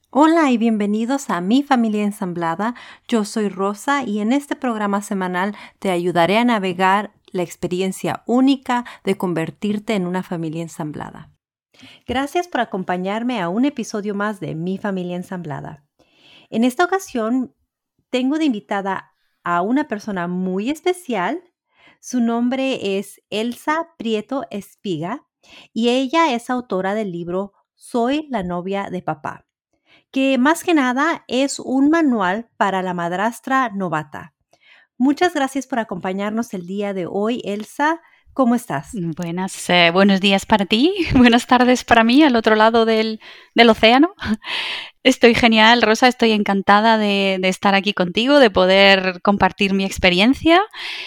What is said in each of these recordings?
Hola y bienvenidos a Mi Familia Ensamblada. Yo soy Rosa y en este programa semanal te ayudaré a navegar la experiencia única de convertirte en una familia ensamblada. Gracias por acompañarme a un episodio más de Mi Familia Ensamblada. En esta ocasión tengo de invitada a una persona muy especial. Su nombre es Elsa Prieto Espiga y ella es autora del libro Soy la novia de papá, que más que nada es un manual para la madrastra novata. Muchas gracias por acompañarnos el día de hoy, Elsa. ¿Cómo estás? Buenos días para ti, buenas tardes para mí al otro lado del océano. Estoy genial, Rosa, estoy encantada de estar aquí contigo, de poder compartir mi experiencia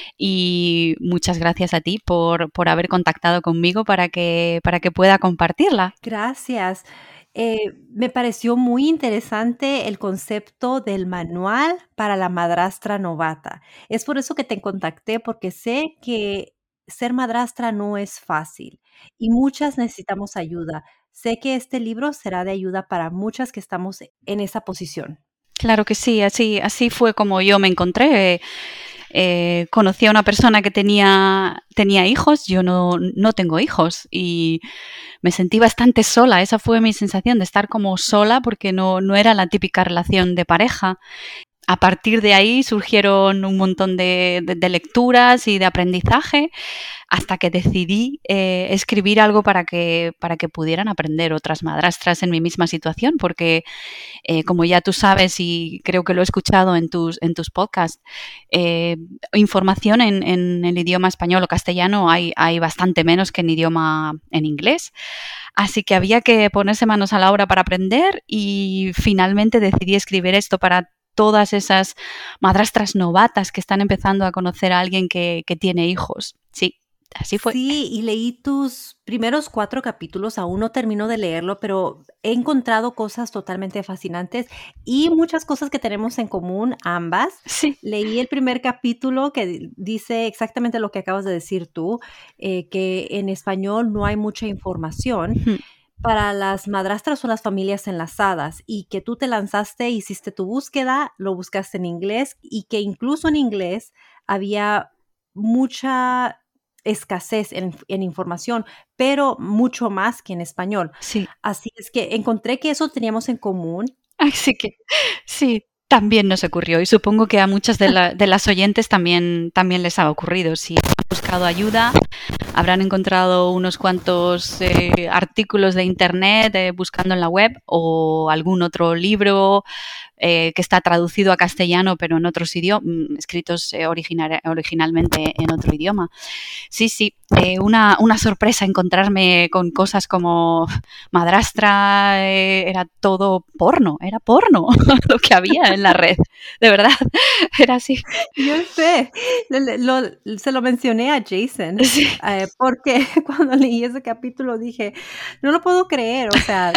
y muchas gracias a ti por haber contactado conmigo para que pueda compartirla. Gracias. Me pareció muy interesante el concepto del manual para la madrastra novata. Es por eso que te contacté, porque sé que ser madrastra no es fácil y muchas necesitamos ayuda. Sé que este libro será de ayuda para muchas que estamos en esa posición. Claro que sí, así fue como yo me encontré. Conocí a una persona que tenía hijos, yo no tengo hijos y me sentí bastante sola. Esa fue mi sensación de estar como sola porque no era la típica relación de pareja. A partir de ahí surgieron un montón de lecturas y de aprendizaje hasta que decidí escribir algo para que pudieran aprender otras madrastras en mi misma situación, porque como ya tú sabes y creo que lo he escuchado en tus podcasts, eh, información en el idioma español o castellano hay bastante menos que en idioma en inglés. Así que había que ponerse manos a la obra para aprender y finalmente decidí escribir esto para todas esas madrastras novatas que están empezando a conocer a alguien que tiene hijos. Sí, así fue. Sí, y leí tus primeros 4 capítulos, aún no termino de leerlo, pero he encontrado cosas totalmente fascinantes y muchas cosas que tenemos en común ambas. Sí. Leí el primer capítulo que dice exactamente lo que acabas de decir tú, que en español no hay mucha información para las madrastras o las familias enlazadas y que tú te lanzaste, hiciste tu búsqueda, lo buscaste en inglés y que incluso en inglés había mucha escasez en información, pero mucho más que en español. Sí. Así es que encontré que eso teníamos en común. Así que sí, también nos ocurrió y supongo que a muchas de las oyentes también les ha ocurrido. Si han buscado ayuda, habrán encontrado unos cuantos artículos de internet buscando en la web o algún otro libro que está traducido a castellano pero en otros idiomas, escritos originalmente en otro idioma. Sí, sí, una sorpresa encontrarme con cosas como madrastra, era porno lo que había en la red, de verdad, era así. Yo sé, se lo mencioné a Jason, Sí, porque cuando leí ese capítulo dije: "No lo puedo creer", o sea,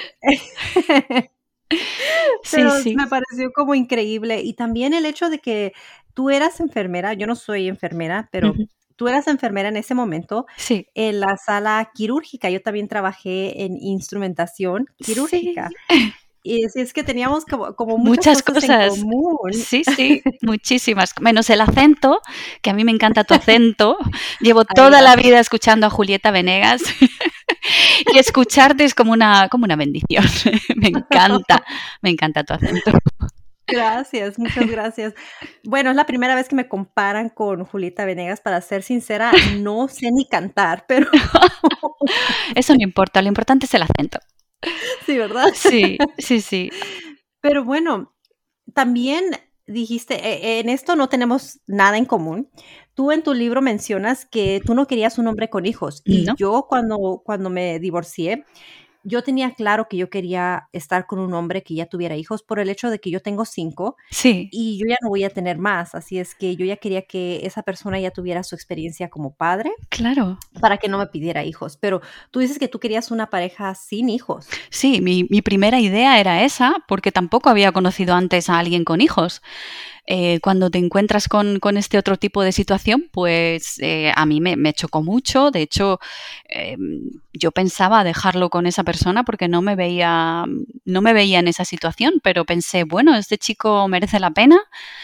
sí, pero sí, me pareció como increíble. Y también el hecho de que tú eras enfermera, yo no soy enfermera, pero ujú, tú eras enfermera en ese momento sí, en la sala quirúrgica. Yo también trabajé en instrumentación quirúrgica. sí, Y así es que teníamos como muchas muchas cosas en cosas. común. Sí, sí, muchísimas, menos el acento, que a mí me encanta tu acento. Llevo Ay, toda la gracias. vida escuchando a Julieta Venegas y escucharte es como una bendición. Me encanta tu acento. Gracias, muchas gracias. Bueno, es la primera vez que me comparan con Julieta Venegas, para ser sincera, no sé ni cantar, pero Eso no importa, lo importante es el acento. sí, ¿verdad? Sí, sí, sí. Pero bueno, también dijiste, en esto no tenemos nada en común. Tú en tu libro mencionas que tú no querías un hombre con hijos, y ¿No? yo cuando me divorcié, yo tenía claro que yo quería estar con un hombre que ya tuviera hijos, por el hecho de que yo tengo 5 Sí, y yo ya no voy a tener más, así es que yo ya quería que esa persona ya tuviera su experiencia como padre claro. para que no me pidiera hijos. Pero tú dices que tú querías una pareja sin hijos. Sí, mi primera idea era esa, porque tampoco había conocido antes a alguien con hijos. Cuando te encuentras con este otro tipo de situación, pues a mí me chocó mucho. De hecho, eh, yo pensaba dejarlo con esa persona porque no me veía en esa situación, pero pensé, bueno, este chico merece la pena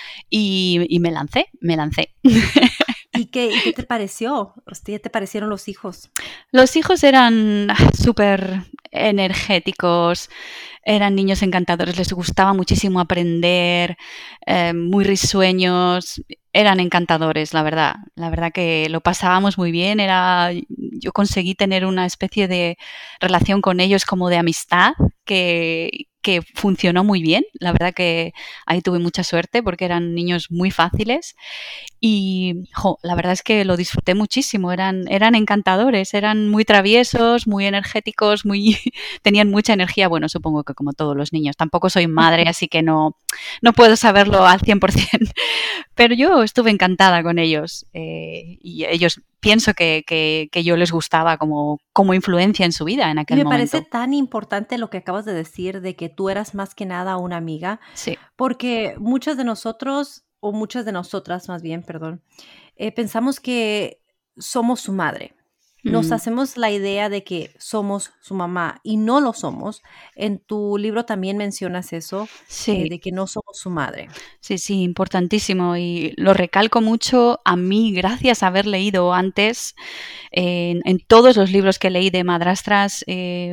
y me lancé. ¿Y qué te pareció? ¿Qué te parecieron los hijos? Los hijos eran súper energéticos, eran niños encantadores, les gustaba muchísimo aprender, muy risueños, eran encantadores, la verdad. La verdad que lo pasábamos muy bien, yo conseguí tener una especie de relación con ellos como de amistad que funcionó muy bien. La verdad que ahí tuve mucha suerte porque eran niños muy fáciles y la verdad es que lo disfruté muchísimo, eran encantadores, eran muy traviesos, muy energéticos, tenían mucha energía, bueno, supongo que como todos los niños. Tampoco soy madre, así que no puedo saberlo al 100%, pero yo estuve encantada con ellos y ellos pienso que yo les gustaba como influencia en su vida en Y aquel me parece momento. tan importante lo que acabas de decir de que tú eras más que nada una amiga, Sí. porque muchas de nosotros, o muchas de nosotras más bien, perdón, pensamos que somos su madre. Nos Mm, hacemos la idea de que somos su mamá y no lo somos. En tu libro también mencionas eso, sí. de que no somos su madre. Sí, sí, importantísimo. Y lo recalco mucho a mí, gracias a haber leído antes, en todos los libros que leí de madrastras,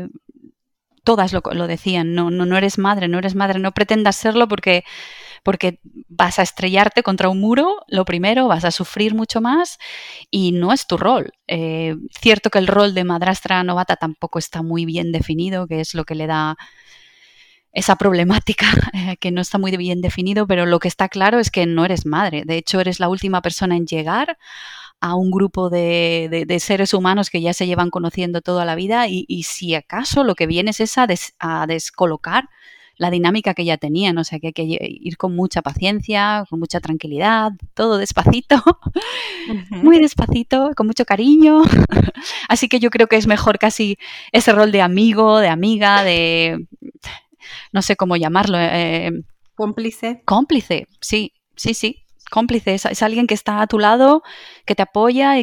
todas lo decían, no eres madre, no eres madre, no pretendas serlo porque vas a estrellarte contra un muro, lo primero, vas a sufrir mucho más y no es tu rol. Cierto que el rol de madrastra novata tampoco está muy bien definido, que es lo que le da esa problemática que no está muy bien definido, pero lo que está claro es que no eres madre. De hecho, eres la última persona en llegar a un grupo de seres humanos que ya se llevan conociendo toda la vida y si acaso lo que vienes es a descolocar la dinámica que ya tenían, o sea que hay que ir con mucha paciencia, con mucha tranquilidad, todo despacito, Ujú. muy despacito, con mucho cariño. Así que yo creo que es mejor casi ese rol de amigo, de amiga, de no sé cómo llamarlo, Cómplice. cómplice, sí, sí, sí. Cómplice es alguien que está a tu lado, que te apoya y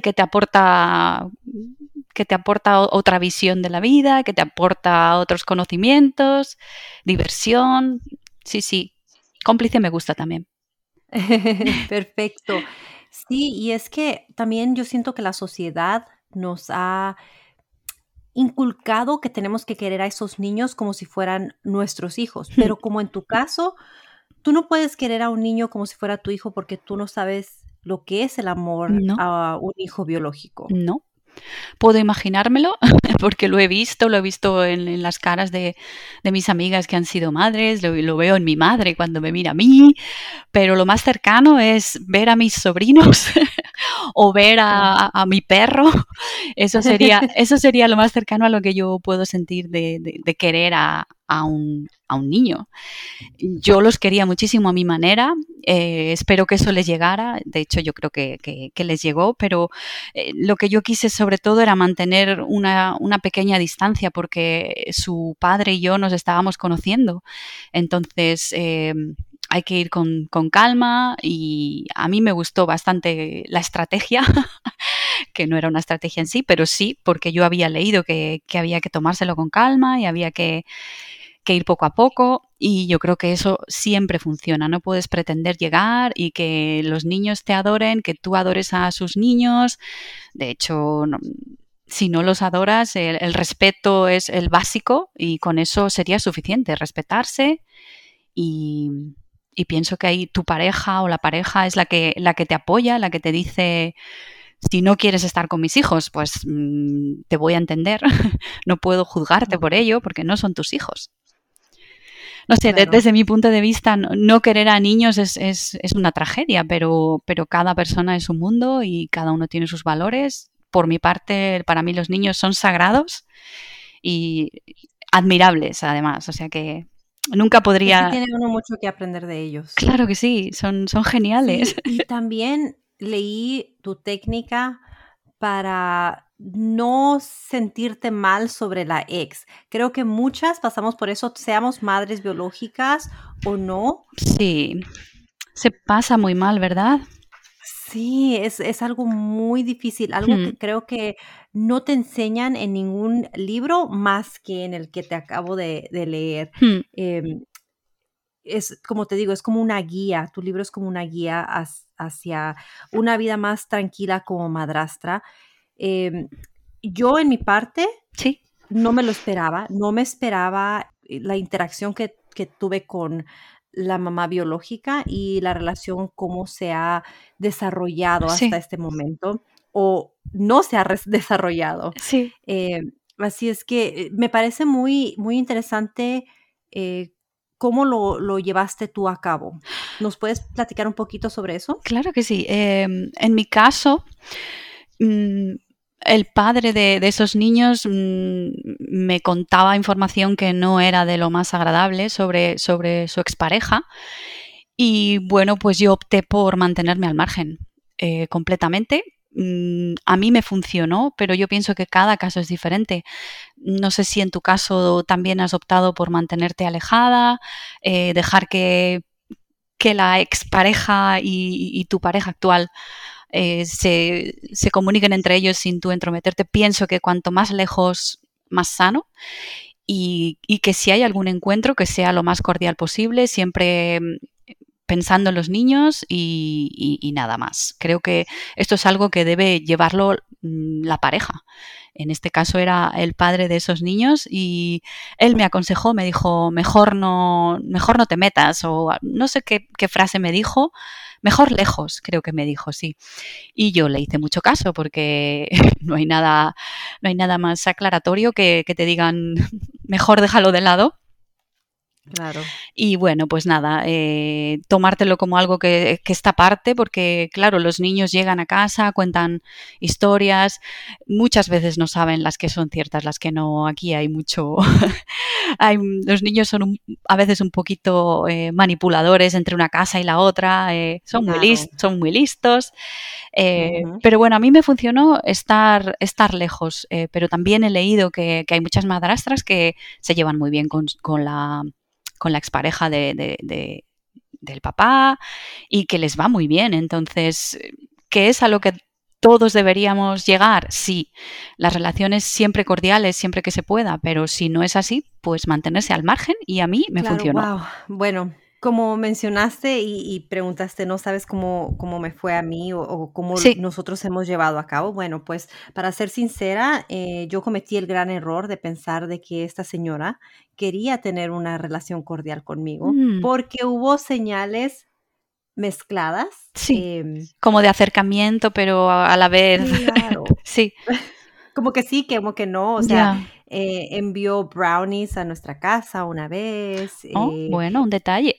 que te aporta otra visión de la vida, que te aporta otros conocimientos, diversión. Sí, sí. Cómplice me gusta también. Perfecto. Sí, y es que también yo siento que la sociedad nos ha inculcado que tenemos que querer a esos niños como si fueran nuestros hijos, pero como en tu caso, tú no puedes querer a un niño como si fuera tu hijo porque tú no sabes lo que es el amor No, a un hijo biológico. no. Puedo imaginármelo porque lo he visto en las caras de mis amigas que han sido madres, lo veo en mi madre cuando me mira a mí, pero lo más cercano es ver a mis sobrinos o ver Claro. a mi perro. Eso sería lo más cercano a lo que yo puedo sentir de querer a un niño. Yo los quería muchísimo a mi manera, espero que eso les llegara, de hecho yo creo que les llegó, pero lo que yo quise sobre todo era mantener una pequeña distancia porque su padre y yo nos estábamos conociendo, entonces hay que ir con calma y a mí me gustó bastante la estrategia, que no era una estrategia en sí, pero sí, porque yo había leído que había que tomárselo con calma y había que ir poco a poco y yo creo que eso siempre funciona. No puedes pretender llegar y que los niños te adoren, que tú adores a sus niños. De hecho, si no los adoras, el respeto es el básico y con eso sería suficiente, respetarse y, y pienso que ahí tu pareja o la pareja es la que te apoya, la que te dice, si no quieres estar con mis hijos, pues te voy a entender, no puedo juzgarte por Ujú, ello porque no son tus hijos. No sé, claro. desde mi punto de vista, no querer a niños es una tragedia, pero cada persona es un mundo y cada uno tiene sus valores. Por mi parte, para mí los niños son sagrados y admirables, además. O sea que nunca Que sí podría... tiene uno mucho que aprender de ellos. Claro que sí, son geniales. Sí, y también leí tu técnica para no sentirte mal sobre la ex. Creo que muchas pasamos por eso, seamos madres biológicas o no. Sí, Se pasa muy mal, ¿verdad? Sí, es algo muy difícil, algo Hmm, que creo que no te enseñan en ningún libro más que en el que te acabo de leer. hmm, Em, es como te digo, es como una guía, tu libro es como una guía hacia una vida más tranquila como madrastra. Em, yo en mi parte sí, no me lo esperaba, no me esperaba la interacción que tuve con la mamá biológica y la relación cómo se ha desarrollado hasta sí, este momento o no se ha desarrollado. sí. Eh, así es que me parece muy, muy interesante eh, cómo lo llevaste tú a cabo. ¿Nos puedes platicar un poquito sobre eso? Claro que sí. En mi caso, mm, el padre de esos niños me contaba información que no era de lo más agradable sobre su expareja y bueno, pues yo opté por mantenerme al margen completamente. A mí me funcionó, pero yo pienso que cada caso es diferente. No sé si en tu caso también has optado por mantenerte alejada, dejar que la expareja y tu pareja actual se comuniquen entre ellos sin tú entrometerte. Pienso que cuanto más lejos, más sano. Y que si hay algún encuentro, que sea lo más cordial posible, siempre pensando en los niños y nada más. Creo que esto es algo que debe llevarlo la pareja. En este caso era el padre de esos niños y él me aconsejó, me dijo, mejor no te metas o no sé qué frase me dijo, mejor lejos, creo que me dijo, sí. Y yo le hice mucho caso porque no hay nada más aclaratorio que te digan, mejor déjalo de lado. Claro. Y bueno, pues nada, tomártelo como algo que está aparte, porque claro, los niños llegan a casa, cuentan historias, muchas veces no saben las que son ciertas, las que no. Aquí hay mucho, los niños son a veces un poquito manipuladores entre una casa y la otra, Claro. son muy listos, Ujú. pero bueno, a mí me funcionó estar lejos, pero también he leído que hay muchas madrastras que se llevan muy bien con la expareja del papá y que les va muy bien. Entonces, ¿qué es a lo que todos deberíamos llegar? Sí, las relaciones siempre cordiales, siempre que se pueda, pero si no es así, pues mantenerse al margen y a mí me Claro, funcionó. wow. Bueno, como mencionaste y preguntaste, ¿no sabes cómo me fue a mí o cómo Sí. nosotros hemos llevado a cabo? Bueno, pues para ser sincera, yo cometí el gran error de pensar de que esta señora quería tener una relación cordial conmigo Mm, porque hubo señales mezcladas. sí, como de acercamiento, pero a la vez, Claro. sí, Como que sí, como que no, o sea, ya. envió brownies a nuestra casa una vez, Oh, bueno, un detalle.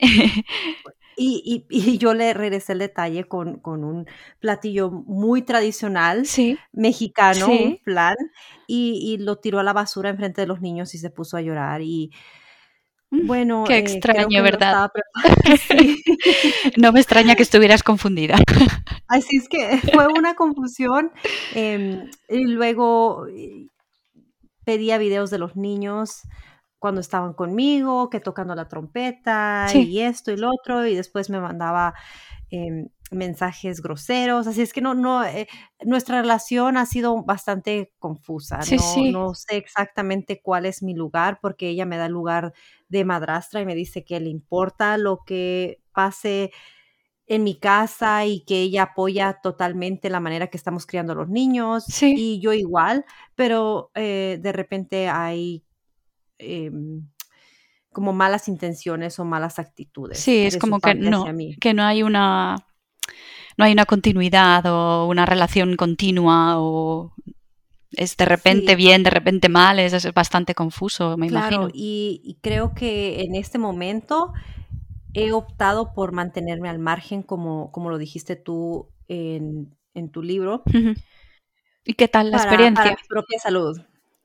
y yo le regresé el detalle con un platillo muy tradicional Sí, mexicano, un sí. flan, y lo tiró a la basura enfrente de los niños y se puso a llorar. Y bueno, Qué creo extraño, que no ¿verdad? estaba preparada. Sí. No me extraña que estuvieras confundida. Así es que fue una confusión, y luego, pedía videos de los niños cuando estaban conmigo, que tocando la trompeta Sí, y esto y lo otro, y después me mandaba, mensajes groseros, así es que nuestra relación ha sido bastante confusa, sí, sí. no sé exactamente cuál es mi lugar, porque ella me da el lugar de madrastra y me dice que le importa lo que pase en mi casa y que ella apoya totalmente la manera que estamos criando a los niños, Sí, y yo igual, pero, de repente hay, em, como malas intenciones o malas actitudes sí, es de su como parte hacia mí. que no hay una continuidad o una relación continua o es de repente Sí, bien, de repente mal, es bastante confuso, me claro, imagino. y creo que en este momento he optado por mantenerme al margen, como lo dijiste tú en tu libro, Ujú. ¿Y qué tal la para experiencia? mi propia salud.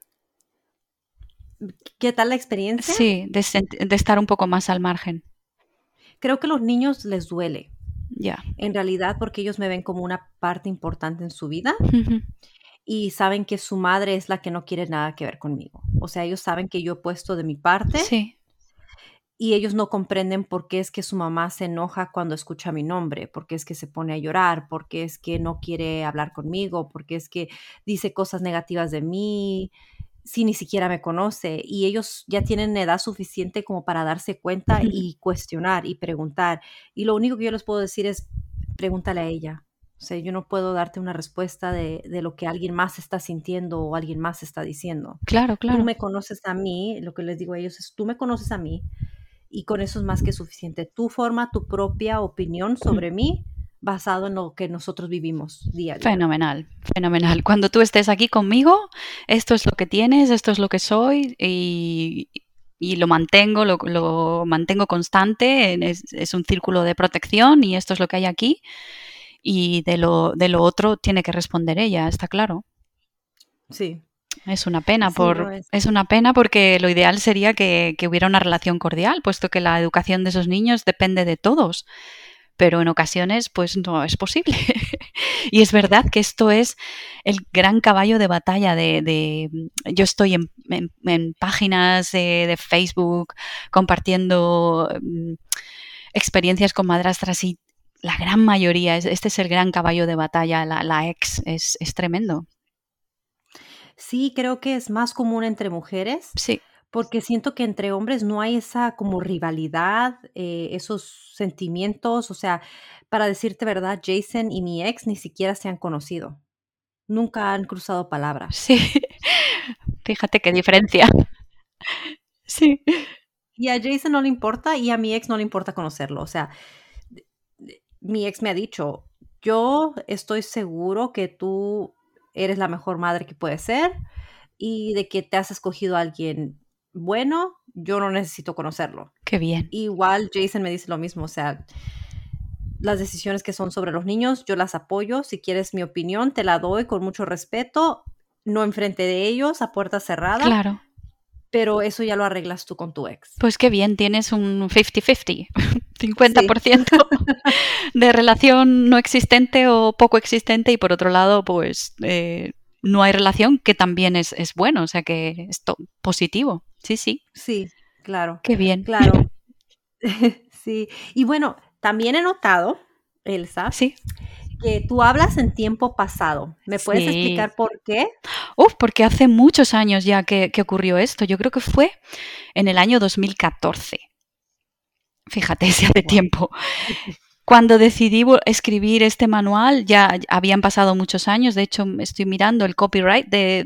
¿Qué tal la experiencia? Sí, de estar un poco más al margen. Creo que a los niños les duele, Ya. en realidad, porque ellos me ven como una parte importante en su vida Ujú. y saben que su madre es la que no quiere nada que ver conmigo. O sea, ellos saben que yo he puesto de mi parte Sí, y ellos no comprenden por qué es que su mamá se enoja cuando escucha mi nombre, por qué es que se pone a llorar, por qué es que no quiere hablar conmigo, por qué es que dice cosas negativas de mí, si ni siquiera me conoce. Y ellos ya tienen edad suficiente como para darse cuenta y cuestionar y preguntar. Y lo único que yo les puedo decir es, pregúntale a ella. O sea, yo no puedo darte una respuesta de lo que alguien más está sintiendo o alguien más está diciendo. Claro, Tú claro. me conoces a mí, lo que les digo a ellos es, tú me conoces a mí y con eso es más que suficiente. Tú forma tu propia opinión sobre mí basado en lo que nosotros vivimos día a día. Fenomenal, fenomenal. Cuando tú estés aquí conmigo, esto es lo que tienes, esto es lo que soy y lo mantengo constante. Es un círculo de protección y esto es lo que hay aquí. Y de lo otro tiene que responder ella, está claro. Sí, Es una pena sí lo es. es una pena porque lo ideal sería que hubiera una relación cordial, puesto que la educación de esos niños depende de todos. Pero en ocasiones pues no es posible. Y es verdad que esto es el gran caballo de batalla yo estoy en páginas de Facebook compartiendo experiencias con madrastras y la gran mayoría, este es el gran caballo de batalla, la ex, es tremendo. Sí, creo que es más común entre mujeres, Sí, porque siento que entre hombres no hay esa como rivalidad, esos sentimientos. O sea, para decirte verdad, Jason y mi ex ni siquiera se han conocido. Nunca han cruzado palabra. sí. Fíjate qué diferencia. Sí. Y a Jason no le importa y a mi ex no le importa conocerlo. O sea, mi ex me ha dicho, yo estoy seguro que tú eres la mejor madre que puedes ser y de que te has escogido a alguien bueno, yo no necesito conocerlo. Qué bien. Igual Jason me dice lo mismo, o sea, las decisiones que son sobre los niños, yo las apoyo. Si quieres mi opinión, te la doy con mucho respeto, no enfrente de ellos, a puerta cerrada, Claro. pero eso ya lo arreglas tú con tu ex. Pues qué bien, tienes un 50-50, Sí, 50% de relación no existente o poco existente y por otro lado, pues no hay relación, que también es bueno, o sea que es positivo. Sí, sí, sí, claro, qué bien. claro. Sí, y bueno, también he notado, Elsa, Sí, que tú hablas en tiempo pasado. ¿Me puedes sí. explicar por qué? Uf, porque hace muchos años ya que ocurrió esto. Yo creo que fue en el año 2014. Fíjate, si hace Wow. tiempo. Cuando decidí escribir este manual, ya habían pasado muchos años. De hecho, estoy mirando el copyright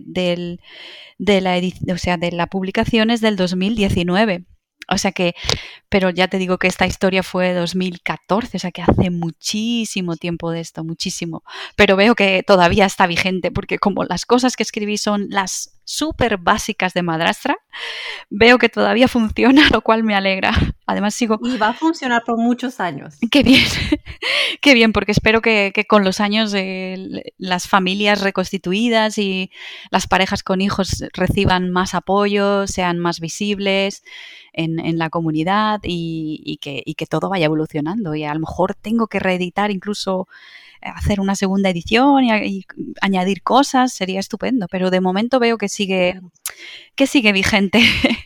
o sea, de la publicación es del 2019. O sea que, pero ya te digo que esta historia fue 2014, o sea que hace muchísimo tiempo de esto, muchísimo. Pero veo que todavía está vigente, porque como las cosas que escribí son las súper básicas de madrastra, veo que todavía funciona, lo cual me alegra. Además sigo, Y va a funcionar por muchos años. qué bien, qué bien, porque espero que con los años las familias reconstituidas y las parejas con hijos reciban más apoyo, sean más visibles en la comunidad y que todo vaya evolucionando. Y a lo mejor tengo que reeditar, incluso hacer una segunda edición y añadir cosas, sería estupendo. Pero de momento veo Claro. que sigue vigente.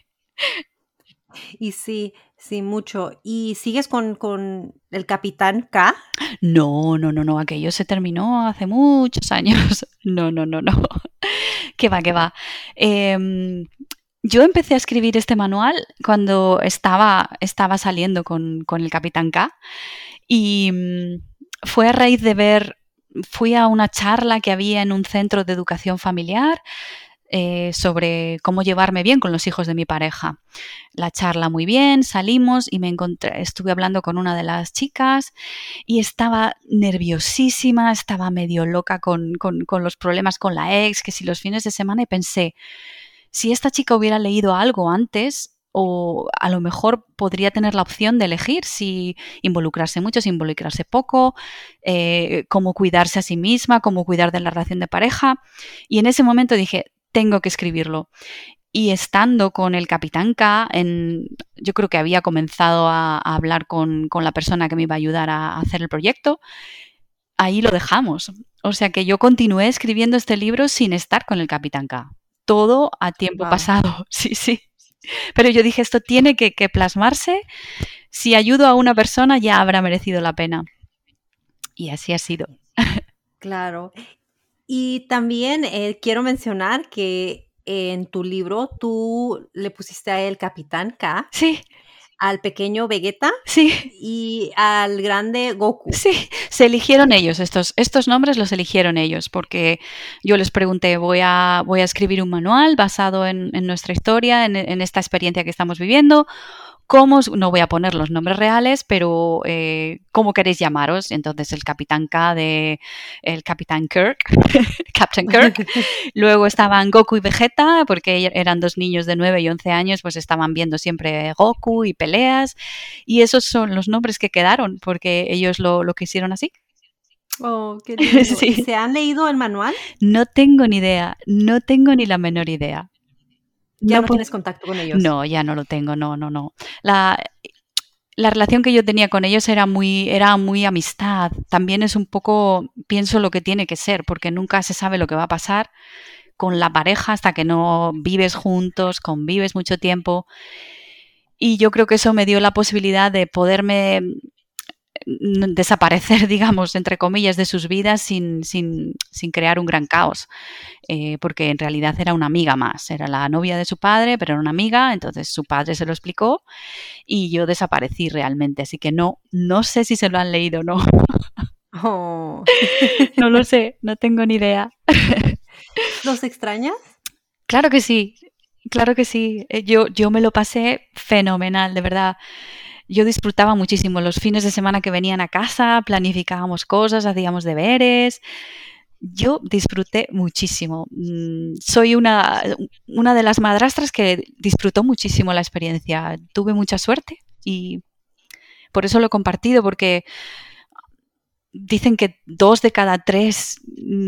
Y sí, sí, mucho. ¿Y sigues con el Capitán K? No, no, no, no, aquello se terminó hace muchos años. No, no, no, no. ¿Qué va, qué va? Yo empecé a escribir este manual cuando estaba saliendo con el Capitán K y fue a raíz de fui a una charla que había en un centro de educación familiar sobre cómo llevarme bien con los hijos de mi pareja. La charla muy bien, salimos y estuve hablando con una de las chicas y estaba nerviosísima, estaba medio loca con los problemas con la ex, que si los fines de semana y pensé, si esta chica hubiera leído algo antes, o a lo mejor podría tener la opción de elegir si involucrarse mucho, si involucrarse poco, cómo cuidarse a sí misma, cómo cuidar de la relación de pareja. Y en ese momento dije, tengo que escribirlo. Y estando con el Capitán K, yo creo que había comenzado a hablar con la persona que me iba a ayudar a hacer el proyecto, ahí lo dejamos. O sea que yo continué escribiendo este libro sin estar con el Capitán K. Todo a tiempo Wow. pasado, sí, sí. Pero yo dije, esto tiene que plasmarse. Si ayudo a una persona, ya habrá merecido la pena. Y así ha sido. Claro. Y también quiero mencionar que en tu libro tú le pusiste a él Capitán K, Sí, al pequeño Vegeta sí, y al grande Goku. sí. Se eligieron ellos, estos nombres los eligieron ellos, porque yo les pregunté, voy a escribir un manual basado en nuestra historia, en esta experiencia que estamos viviendo. No voy a poner los nombres reales, pero ¿cómo queréis llamaros? Entonces el Capitán K de el Capitán Kirk, Captain Kirk. Luego estaban Goku y Vegeta, porque eran dos niños de 9 y 11 años, pues estaban viendo siempre Goku y peleas. Y esos son los nombres que quedaron, porque ellos lo quisieron así. Oh, qué lindo. ¿Y Sí. se han leído el manual? No tengo ni idea, no tengo ni la menor idea. Ya No, no tienes contacto con ellos. no, ya no lo tengo, no. La relación que yo tenía con ellos era muy amistad. También es un poco, pienso lo que tiene que ser, porque nunca se sabe lo que va a pasar con la pareja hasta que no vives juntos, convives mucho tiempo. Y yo creo que eso me dio la posibilidad de poderme desaparecer, digamos, entre comillas, de sus vidas sin crear un gran caos. Porque en realidad era una amiga más, era la novia de su padre, pero era una amiga, entonces su padre se lo explicó y yo desaparecí realmente, así que no sé si se lo han leído o no. Oh. No lo sé, no tengo ni idea. ¿Los extrañas? Claro que sí, claro que sí. Yo me lo pasé fenomenal, de verdad. Yo disfrutaba muchísimo los fines de semana que venían a casa, planificábamos cosas, hacíamos deberes. Yo disfruté muchísimo. Soy una de las madrastras que disfrutó muchísimo la experiencia. Tuve mucha suerte y por eso lo he compartido, porque dicen que 2 de cada 3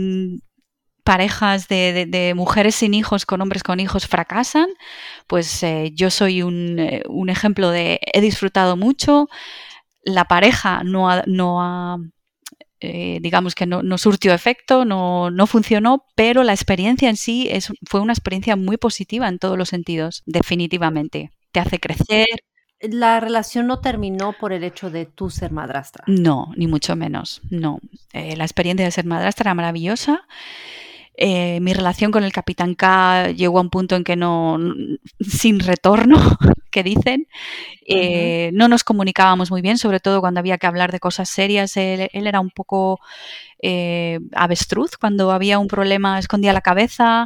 parejas de mujeres sin hijos con hombres con hijos fracasan. Pues yo soy un ejemplo de he disfrutado mucho. La pareja digamos que no surtió efecto, no funcionó, pero la experiencia en sí fue una experiencia muy positiva en todos los sentidos, definitivamente. Te hace crecer. La relación no terminó por el hecho de tú ser madrastra. No, ni mucho menos, no. La experiencia de ser madrastra era maravillosa. Mi relación con el Capitán K llegó a un punto en que sin retorno, que dicen. No nos comunicábamos muy bien, sobre todo cuando había que hablar de cosas serias. Él era un poco avestruz, cuando había un problema escondía la cabeza.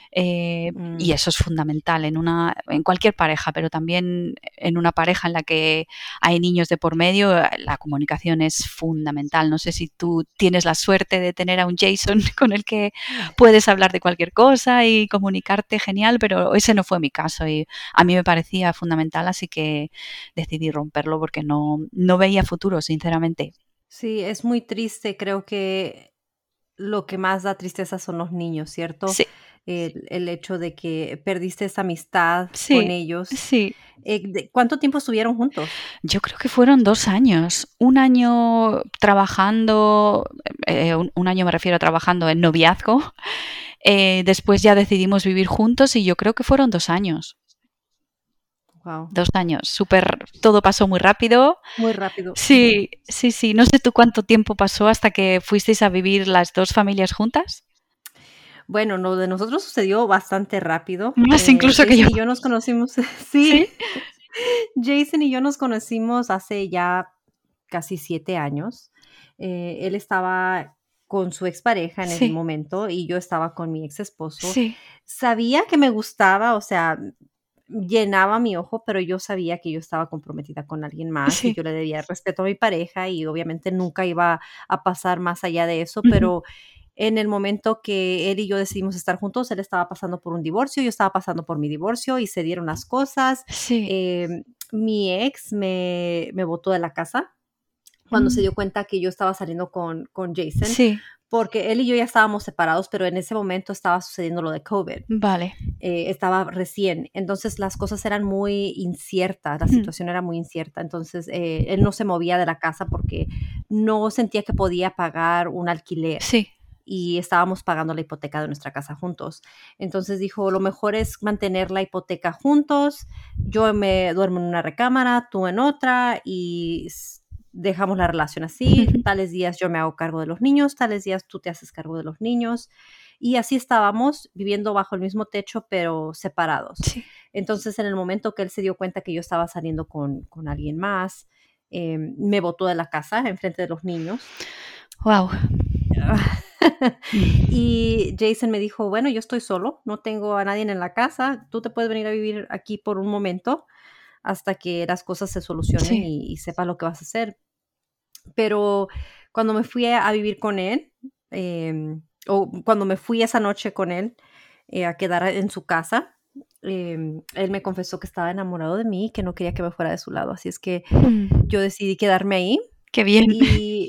Y eso es fundamental en cualquier pareja, pero también en una pareja en la que hay niños de por medio, la comunicación es fundamental. No sé si tú tienes la suerte de tener a un Jason con el que puedes hablar de cualquier cosa y comunicarte genial, pero ese no fue mi caso y a mí me parecía fundamental, así que decidí romperlo porque no veía futuro, sinceramente. Sí, es muy triste. Creo que lo que más da tristeza son los niños, ¿cierto? Sí, El hecho de que perdiste esa amistad con sí, ellos. sí. ¿Cuánto tiempo estuvieron juntos? Yo creo que fueron 2 años. Un año trabajando, un año me refiero a trabajando en noviazgo. Después ya decidimos vivir juntos y yo creo que fueron 2 años. Wow, 2 años. Todo pasó muy rápido. muy rápido. Sí, sí, sí. No sé tú cuánto tiempo pasó hasta que fuisteis a vivir las 2 familias juntas. Bueno, lo de nosotros sucedió bastante rápido. Más incluso que yo. Jason y yo nos conocimos, sí, Sí, Jason y yo nos conocimos hace ya casi 7 años. Él estaba con su expareja en ese sí, momento y yo estaba con mi ex esposo. sí. Sabía que me gustaba, o sea, llenaba mi ojo, pero yo sabía que yo estaba comprometida con alguien más y Sí. yo le debía respeto a mi pareja y obviamente nunca iba a pasar más allá de eso, Ujú. pero en el momento que él y yo decidimos estar juntos, él estaba pasando por un divorcio, yo estaba pasando por mi divorcio y se dieron las cosas. Sí. Mi ex me botó de la casa cuando se Mm. dio cuenta que yo estaba saliendo con Jason, Sí, porque él y yo ya estábamos separados, pero en ese momento estaba sucediendo lo de COVID. vale. Estaba recién, entonces las cosas eran muy inciertas, la Mm. situación era muy incierta, entonces él no se movía de la casa porque no sentía que podía pagar un alquiler. Sí, y estábamos pagando la hipoteca de nuestra casa juntos. Entonces dijo, lo mejor es mantener la hipoteca juntos, yo me duermo en una recámara, tú en otra y dejamos la relación así, tales días yo me hago cargo de los niños, tales días tú te haces cargo de los niños. Y así estábamos viviendo bajo el mismo techo, pero separados. Sí. Entonces, en el momento que él se dio cuenta que yo estaba saliendo con alguien más, me botó de la casa enfrente de los niños. Wow. Y Jason me dijo, bueno, yo estoy solo, no tengo a nadie en la casa, tú te puedes venir a vivir aquí por un momento hasta que las cosas se solucionen Sí. y sepas lo que vas a hacer. Pero cuando me fui a vivir con él, o cuando me fui esa noche con él a quedar en su casa, él me confesó que estaba enamorado de mí y que no quería que me fuera de su lado. Así es que yo decidí quedarme ahí. Qué bien. Y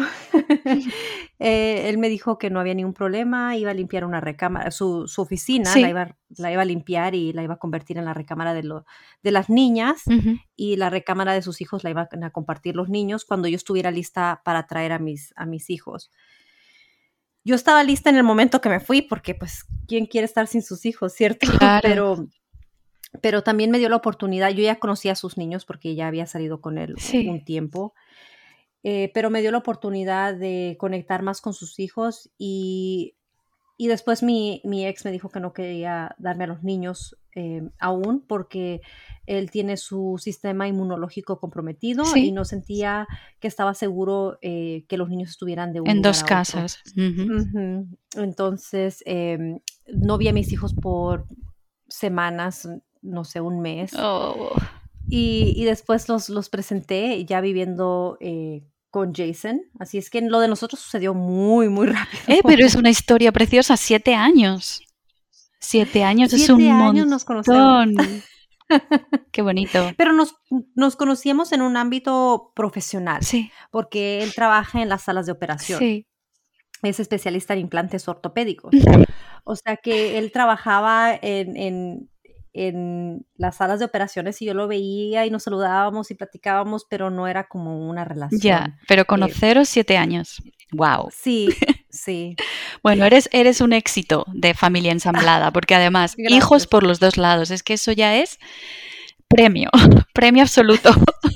él me dijo que no había ningún problema, iba a limpiar una recámara, su oficina, Sí. la iba a limpiar y la iba a convertir en la recámara de las niñas, y la recámara de sus hijos la iban a compartir los niños cuando yo estuviera lista para traer a mis hijos. Yo estaba lista en el momento que me fui porque, pues, ¿quién quiere estar sin sus hijos, cierto? Claro. Pero también me dio la oportunidad, yo ya conocía a sus niños porque ya había salido con él Sí. un tiempo, pero me dio la oportunidad de conectar más con sus hijos y después mi ex me dijo que no quería darme a los niños aún porque él tiene su sistema inmunológico comprometido y Sí. no sentía que estaba seguro que los niños estuvieran de un En lugar 2 a otro. casas. Ujú. Entonces, no vi a mis hijos por semanas, no sé, un mes. Oh. Y después los presenté ya viviendo con Jason. Así es que lo de nosotros sucedió muy, muy rápido. Pero es una historia preciosa. 7 años. 7 años es 7 un años nos conocemos. montón. Qué bonito. Pero nos conocíamos en un ámbito profesional, Sí. porque él trabaja en las salas de operación. Sí. Es especialista en implantes ortopédicos. O sea que él trabajaba en las salas de operaciones y yo lo veía y nos saludábamos y platicábamos, pero no era como una relación. Ya, pero conoceros 7 años. Wow. Sí, sí. Bueno, eres un éxito de familia ensamblada, porque además, Gracias. hijos por los 2 lados. Es que eso ya es premio, premio absoluto.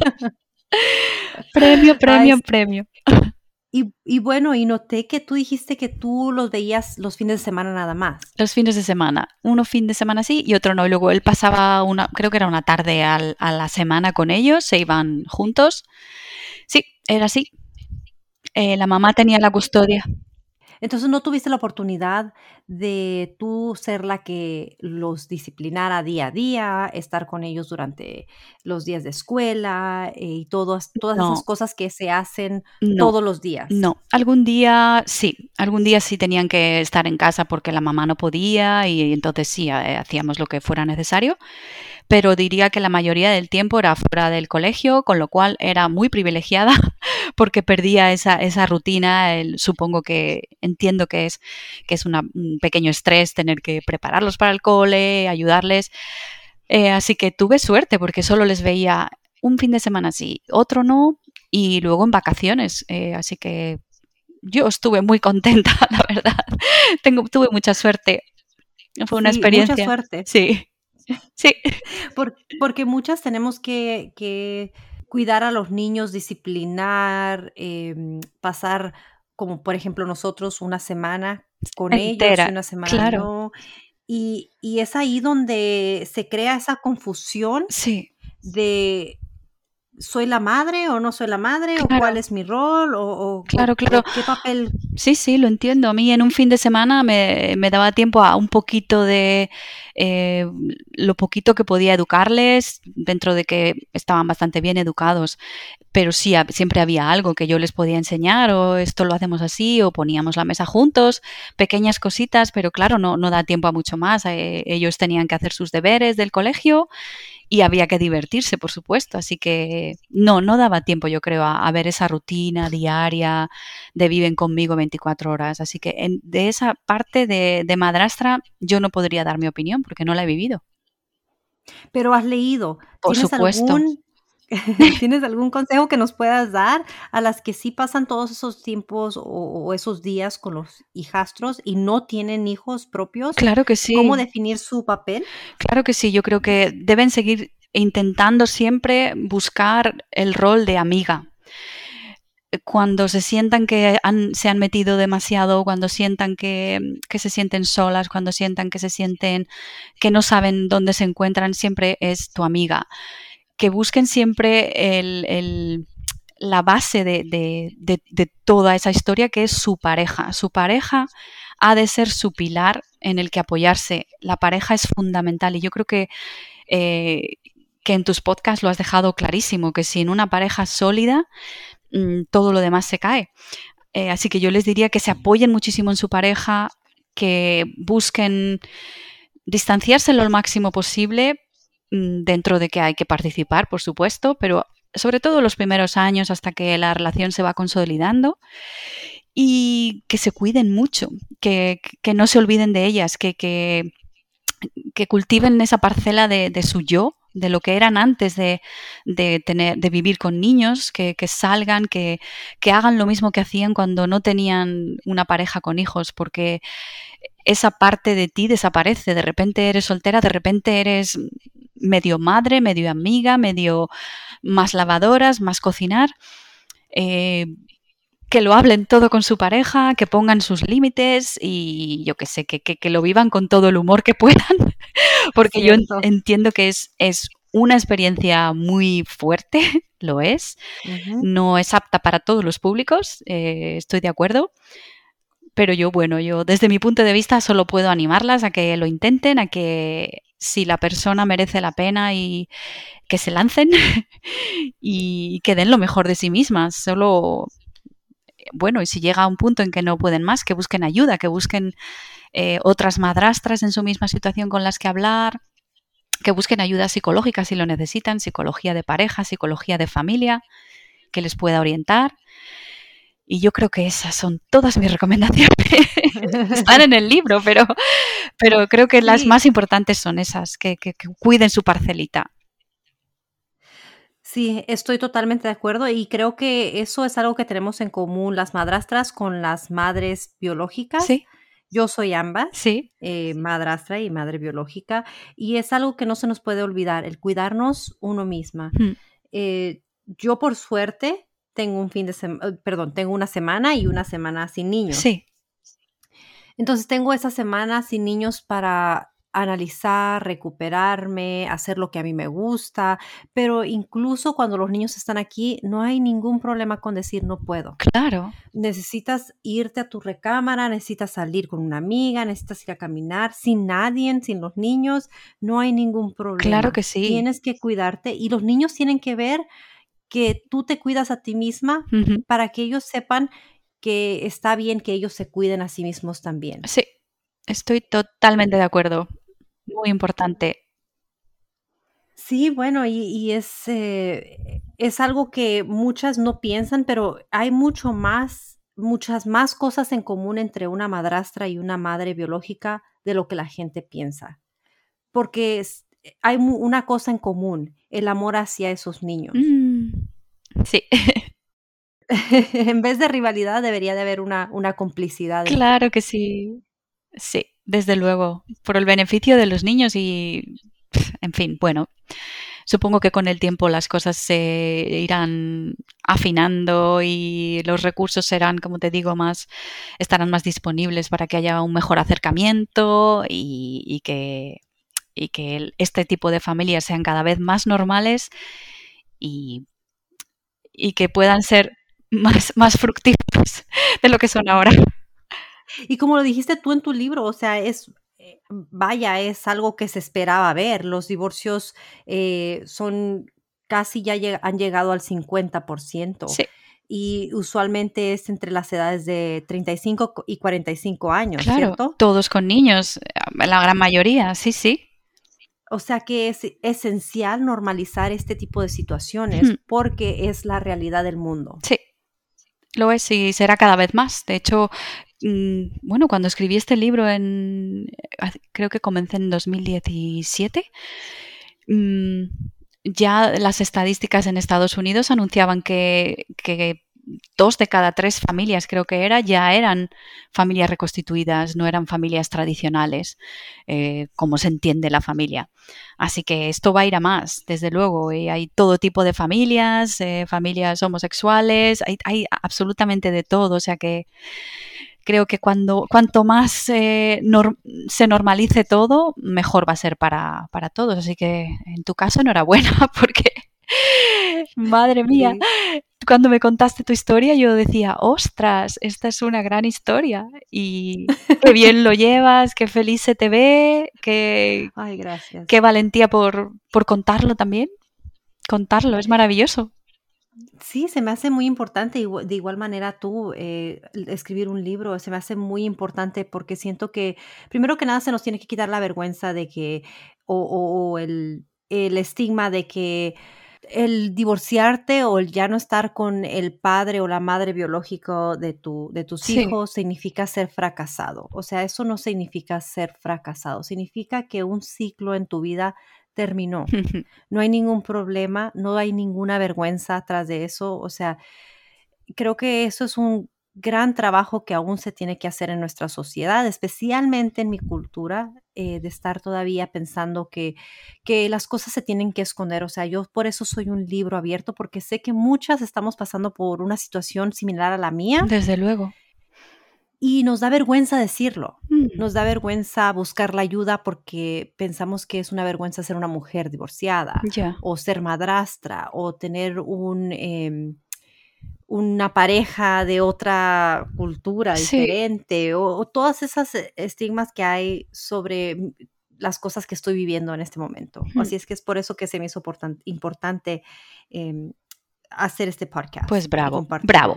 Premio, premio, Ay, premio. y bueno, y noté que tú dijiste que tú los veías los fines de semana nada más. Los fines de semana. Uno fin de semana sí y otro no. Y luego él pasaba creo que era una tarde a la semana con ellos, se iban juntos. Sí, era así. La mamá tenía la custodia. Entonces, ¿no tuviste la oportunidad de tú ser la que los disciplinara día a día, estar con ellos durante los días de escuela y todas esas No, cosas que se hacen no, todos los días? no. Algún día sí tenían que estar en casa porque la mamá no podía y entonces sí, hacíamos lo que fuera necesario. Pero diría que la mayoría del tiempo era fuera del colegio, con lo cual era muy privilegiada porque perdía esa rutina. Supongo que entiendo que es un pequeño estrés tener que prepararlos para el cole, ayudarles. Así que tuve suerte porque solo les veía un fin de semana sí, otro no, y luego en vacaciones. Así que yo estuve muy contenta, la verdad. Tuve mucha suerte. Fue una Sí, mucha experiencia. suerte. Sí. Sí. Porque muchas tenemos que cuidar a los niños, disciplinar, pasar, como por ejemplo nosotros, una semana con ellos y Entera, una semana claro. no. Y es ahí donde se crea esa confusión Sí, de ¿soy la madre o no soy la madre? ¿O claro. cuál es mi rol? ¿O Claro. qué papel? Sí, lo entiendo. A mí en un fin de semana me daba tiempo a un poquito de lo poquito que podía educarles, dentro de que estaban bastante bien educados, pero sí, siempre había algo que yo les podía enseñar, o esto lo hacemos así, o poníamos la mesa juntos, pequeñas cositas, pero claro, no da tiempo a mucho más. Ellos tenían que hacer sus deberes del colegio y había que divertirse, por supuesto, así que no daba tiempo, yo creo, a ver esa rutina diaria de viven conmigo 24 horas, así que de esa parte de madrastra yo no podría dar mi opinión porque no la he vivido. Pero has leído. Por ¿Tienes supuesto. ¿Tienes algún consejo que nos puedas dar a las que sí pasan todos esos tiempos o esos días con los hijastros y no tienen hijos propios? Claro que ¿Cómo sí, definir su papel? claro que sí. Yo creo que deben seguir intentando siempre buscar el rol de amiga. Cuando se sientan que se han metido demasiado, cuando sientan que se sienten solas, cuando sientan que se sienten que no saben dónde se encuentran, siempre es tu amiga. Que busquen siempre la base de toda esa historia, que es su pareja. Su pareja ha de ser su pilar en el que apoyarse. La pareja es fundamental y yo creo eh, que en tus podcasts lo has dejado clarísimo, que sin una pareja sólida todo lo demás se cae. Así que yo les diría que se apoyen muchísimo en su pareja, que busquen distanciarse lo máximo posible, dentro de que hay que participar, por supuesto, pero sobre todo los primeros años hasta que la relación se va consolidando, y que se cuiden mucho, que no se olviden de ellas, que cultiven esa parcela de su yo, de lo que eran antes de vivir con niños, que salgan, que hagan lo mismo que hacían cuando no tenían una pareja con hijos, porque esa parte de ti desaparece. De repente eres soltera, de repente eres medio madre, medio amiga, medio más lavadoras, más cocinar. Que lo hablen todo con su pareja, que pongan sus límites y yo qué sé, que lo vivan con todo el humor que puedan, porque yo Cierto. entiendo que es una experiencia muy fuerte, lo es, Ujú. no es apta para todos los públicos, estoy de acuerdo, pero yo desde mi punto de vista solo puedo animarlas a que lo intenten, a que si la persona merece la pena y que se lancen y que den lo mejor de sí mismas. Solo, bueno, y si llega a un punto en que no pueden más, que busquen ayuda, que busquen otras madrastras en su misma situación con las que hablar, que busquen ayuda psicológica si lo necesitan, psicología de pareja, psicología de familia, que les pueda orientar. Y yo creo que esas son todas mis recomendaciones. Están en el libro, pero creo que las Sí, más importantes son esas, que cuiden su parcelita. sí, estoy totalmente de acuerdo y creo que eso es algo que tenemos en común las madrastras con las madres biológicas. Sí, Yo soy ambas, sí. madrastra y madre biológica, y es algo que no se nos puede olvidar, el cuidarnos uno misma. Mm, Yo por suerte tengo un fin de semana, perdón, tengo una semana y una semana sin niños. sí, Entonces tengo esa semana sin niños para analizar, recuperarme, hacer lo que a mí me gusta, pero incluso cuando los niños están aquí, no hay ningún problema con decir no puedo. claro, Necesitas irte a tu recámara, necesitas salir con una amiga, necesitas ir a caminar sin nadie, sin los niños, no hay ningún claro problema. que sí. Tienes que cuidarte y los niños tienen que ver que tú te cuidas a ti misma Ujú. para que ellos sepan que está bien que ellos se cuiden a sí mismos también. Sí, estoy totalmente de acuerdo. Muy importante. Sí, bueno, y es algo que muchas no piensan, pero hay muchas más cosas en común entre una madrastra y una madre biológica de lo que la gente piensa, porque hay una cosa en común, el amor hacia esos niños. Mm, sí, En vez de rivalidad debería de haber una complicidad entre. claro que sí. Sí, desde luego, por el beneficio de los niños y, en fin, bueno, supongo que con el tiempo las cosas se irán afinando y los recursos serán, como te digo, estarán más disponibles para que haya un mejor acercamiento y que este tipo de familias sean cada vez más normales y, y que puedan ser más fructíferas de lo que son ahora. Y como lo dijiste tú en tu libro, o sea, vaya, es algo que se esperaba ver. Los divorcios son casi han llegado al 50% Sí, y usualmente es entre las edades de 35 y 45 años, claro, ¿cierto? todos con niños, la gran mayoría, sí, sí. O sea que es esencial normalizar este tipo de situaciones Ujú. porque es la realidad del mundo. Sí, lo es y será cada vez más. De hecho, bueno, cuando escribí este libro creo que comencé en 2017, mm, ya las estadísticas en Estados Unidos anunciaban que 2 de cada 3 familias, creo que era, ya eran familias reconstituidas, no eran familias tradicionales, como se entiende la familia. Así que esto va a ir a más, desde luego. Hay todo tipo de familias, familias homosexuales, hay absolutamente de todo. O sea que creo que cuanto más se normalice todo, mejor va a ser para todos. Así que en tu caso, enhorabuena, porque madre mía, Sí. cuando me contaste tu historia, yo decía, ostras, esta es una gran historia. Y qué bien lo llevas, qué feliz se te ve, Ay, gracias. qué valentía por contarlo también. Contarlo, es maravilloso. Sí, se me hace muy importante, de igual manera tú, escribir un libro, se me hace muy importante porque siento que, primero que nada, se nos tiene que quitar la vergüenza de que, o el estigma de que el divorciarte o el ya no estar con el padre o la madre biológico de tus Sí. hijos significa ser fracasado. O sea, eso no significa ser fracasado, significa que un ciclo en tu vida terminó. No hay ningún problema, no hay ninguna vergüenza atrás de eso. O sea, creo que eso es un gran trabajo que aún se tiene que hacer en nuestra sociedad, especialmente en mi cultura, de estar todavía pensando que las cosas se tienen que esconder. O sea, yo por eso soy un libro abierto, porque sé que muchas estamos pasando por una situación similar a la mía Desde luego. y nos da vergüenza decirlo. Mm, Nos da vergüenza buscar la ayuda porque pensamos que es una vergüenza ser una mujer divorciada ya. o ser madrastra o tener una pareja de otra cultura Sí. diferente o todas esas estigmas que hay sobre las cosas que estoy viviendo en este momento. Mm, Así es que es por eso que se me hizo importante em, hacer este podcast pues y bravo, compartirlo. bravo.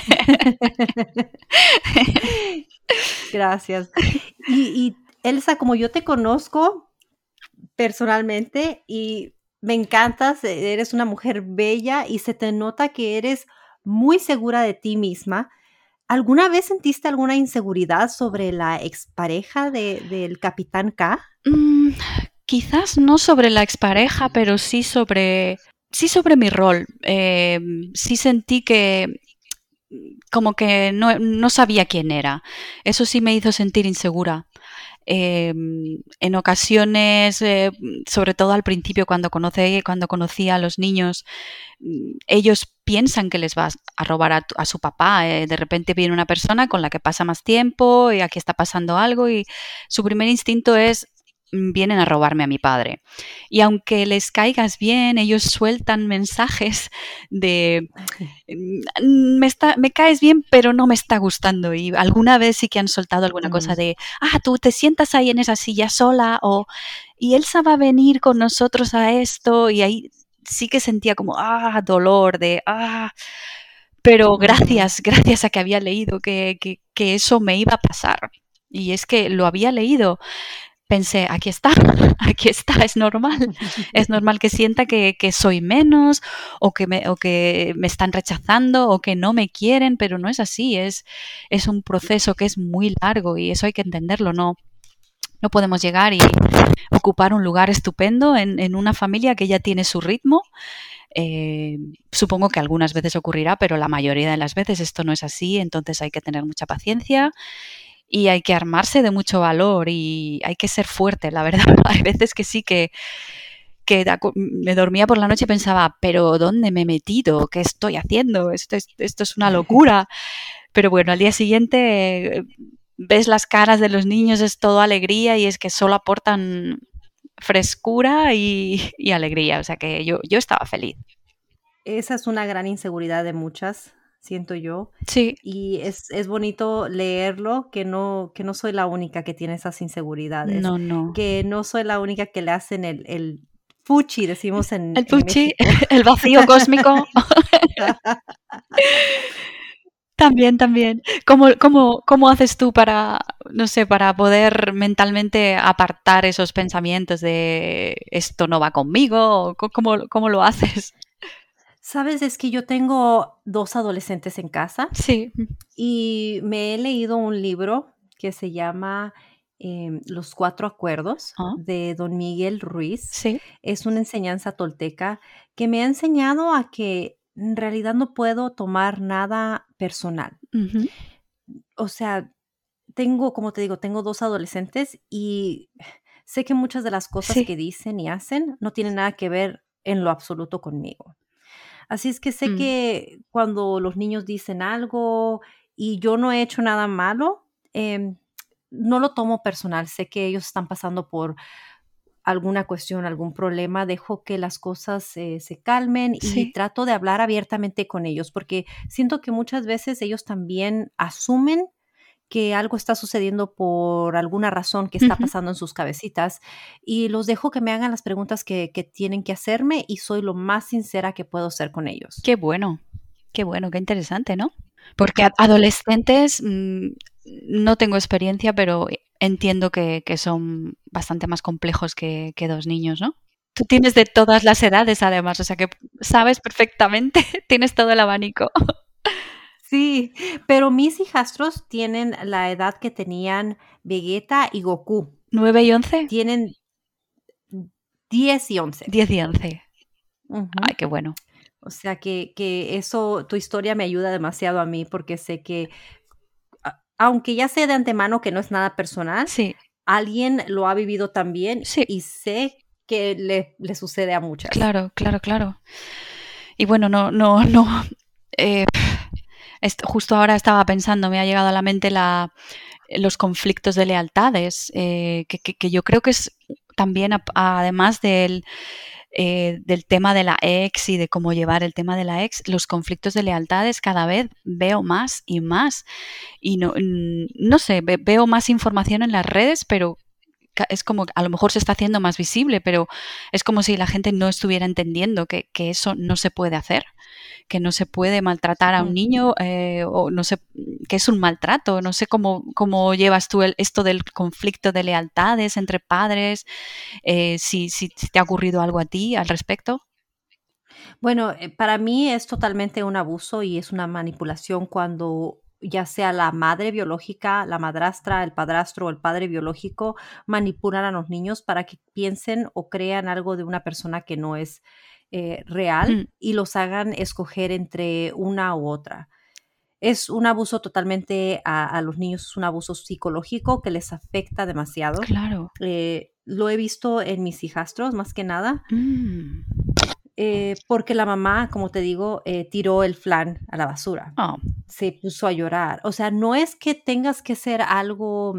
Gracias. Y Elsa, como yo te conozco personalmente y me encantas, eres una mujer bella y se te nota que eres muy segura de ti misma. ¿Alguna vez sentiste alguna inseguridad sobre la expareja del Capitán K? Mm, quizás no sobre la expareja, pero sí sobre mi rol. Sí sentí que como que no sabía quién era. Eso sí me hizo sentir insegura. En ocasiones, sobre todo al principio, cuando conocí a los niños, ellos piensan que les vas a robar a su papá. De repente viene una persona con la que pasa más tiempo y aquí está pasando algo y su primer instinto es vienen a robarme a mi padre. Y aunque les caigas bien, ellos sueltan mensajes de me caes bien, pero no me está gustando. Y alguna vez sí que han soltado alguna cosa Mm, de, tú te sientas ahí en esa silla sola y Elsa va a venir con nosotros a esto y ahí sí que sentía como, dolor pero ujú. gracias a que había leído que eso me iba a pasar. Y es que lo había leído, pensé, aquí está, aquí está, es normal que sienta que soy menos o que me están rechazando o que no me quieren, pero no es así, es un proceso que es muy largo y eso hay que entenderlo, no podemos llegar y ocupar un lugar estupendo en una familia que ya tiene su ritmo. Supongo que algunas veces ocurrirá, pero la mayoría de las veces esto no es así, entonces hay que tener mucha paciencia y hay que armarse de mucho valor y hay que ser fuerte, la verdad. Hay veces que sí que me dormía por la noche y pensaba, pero ¿dónde me he metido? ¿Qué estoy haciendo? Esto es una locura. Pero bueno, al día siguiente ves las caras de los niños, es todo alegría y es que solo aportan frescura y alegría. O sea que yo estaba feliz. Esa es una gran inseguridad de muchas, siento yo. Sí, Y es bonito leerlo, que no soy la única que tiene esas inseguridades, no, no. que no soy la única que le hacen el fuchi, decimos en El en Pucci, México. el vacío cósmico. También, también. ¿Cómo haces tú para, no sé, para poder mentalmente apartar esos pensamientos de esto no va conmigo? ¿Cómo lo haces? Sabes, es que yo tengo 2 adolescentes en casa Sí. y me he leído un libro que se llama Los Cuatro Acuerdos Ah, de don Miguel Ruiz. sí. Es una enseñanza tolteca que me ha enseñado a que en realidad no puedo tomar nada personal. Ujú. O sea, tengo, como te digo, tengo 2 adolescentes y sé que muchas de las cosas Sí. que dicen y hacen no tienen nada que ver en lo absoluto conmigo. Así es que sé Mm. que cuando los niños dicen algo y yo no he hecho nada malo, no lo tomo personal. Sé que ellos están pasando por alguna cuestión, algún problema, dejo que las cosas, se calmen y Sí. trato de hablar abiertamente con ellos, porque siento que muchas veces ellos también asumen que algo está sucediendo por alguna razón que está Ujú. pasando en sus cabecitas, y los dejo que me hagan las preguntas que tienen que hacerme, y soy lo más sincera que puedo ser con ellos. Qué bueno, qué interesante, ¿no? Porque adolescentes no tengo experiencia, pero entiendo que son bastante más complejos que 2 niños, ¿no? Tú tienes de todas las edades, además, o sea que sabes perfectamente, tienes todo el abanico. Sí, pero mis hijastros tienen la edad que tenían Vegeta y Goku. 9 y 11, Tienen 10 y 11. 10 y 11. Ay, Ujú. qué bueno. O sea que eso, tu historia me ayuda demasiado a mí porque sé que, aunque ya sé de antemano que no es nada personal, Sí, alguien lo ha vivido también sí, y sé que le sucede a muchas. claro, claro, claro. Y bueno, no, eh, justo ahora estaba pensando, me ha llegado a la mente los conflictos de lealtades, que yo creo que es también, además del tema de la ex y de cómo llevar el tema de la ex, los conflictos de lealtades cada vez veo más y más. Y no sé, veo más información en las redes, pero es como, a lo mejor se está haciendo más visible, pero es como si la gente no estuviera entendiendo que eso no se puede hacer, que no se puede maltratar a un Mm. niño, o no sé, que es un maltrato. No sé cómo llevas tú esto del conflicto de lealtades entre padres, si te ha ocurrido algo a ti al respecto. Bueno, para mí es totalmente un abuso y es una manipulación cuando ya sea la madre biológica, la madrastra, el padrastro o el padre biológico manipulan a los niños para que piensen o crean algo de una persona que no es real Mm, y los hagan escoger entre una u otra. Es un abuso totalmente a los niños, es un abuso psicológico que les afecta demasiado. claro. Lo he visto en mis hijastros, más que nada, Mm. porque la mamá, como te digo, tiró el flan a la basura. Oh, Se puso a llorar. O sea, no es que tengas que ser algo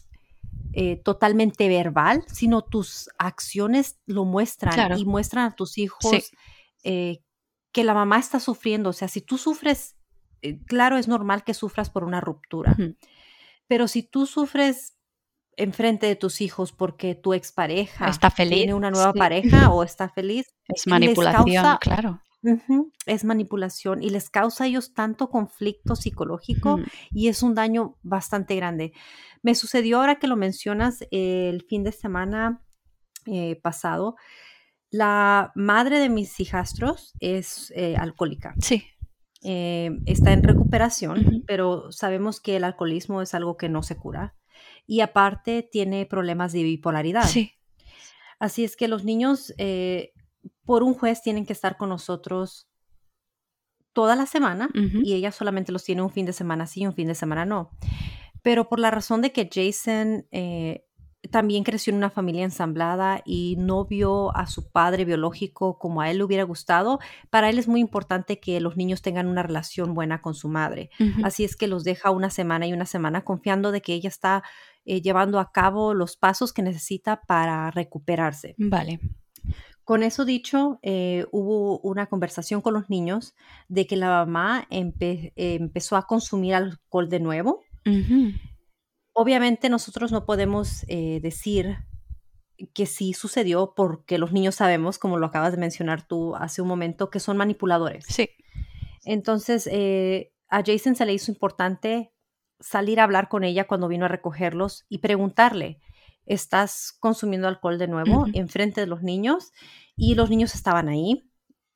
totalmente verbal, sino tus acciones lo muestran claro. y muestran a tus Sí. hijos eh, que la mamá está sufriendo. O sea, si tú sufres, claro, es normal que sufras por una ruptura, Mm. pero si tú sufres enfrente de tus hijos porque tu expareja Está feliz. tiene una nueva Sí. pareja o está feliz, Es les manipulación, causa. claro. Ujú, es manipulación y les causa a ellos tanto conflicto psicológico Mm. y es un daño bastante grande. Me sucedió ahora que lo mencionas el fin de semana pasado. La madre de mis hijastros es alcohólica. Sí. Está en recuperación, Ujú. pero sabemos que el alcoholismo es algo que no se cura. Y aparte tiene problemas de bipolaridad. Sí. Así es que los niños, por un juez, tienen que estar con nosotros toda la semana Ujú. y ella solamente los tiene un fin de semana sí y un fin de semana no. Pero por la razón de que Jason también creció en una familia ensamblada y no vio a su padre biológico como a él le hubiera gustado, para él es muy importante que los niños tengan una relación buena con su madre. Ujú. Así es que los deja una semana y una semana confiando de que ella está llevando a cabo los pasos que necesita para recuperarse. Vale. Con eso dicho, hubo una conversación con los niños de que la mamá empezó a consumir alcohol de nuevo. Ujú. Obviamente nosotros no podemos decir que sí sucedió porque los niños sabemos, como lo acabas de mencionar tú hace un momento, que son manipuladores. Sí. Entonces, a Jason se le hizo importante salir a hablar con ella cuando vino a recogerlos y preguntarle, ¿estás consumiendo alcohol de nuevo Ujú. enfrente de los niños? Y los niños estaban ahí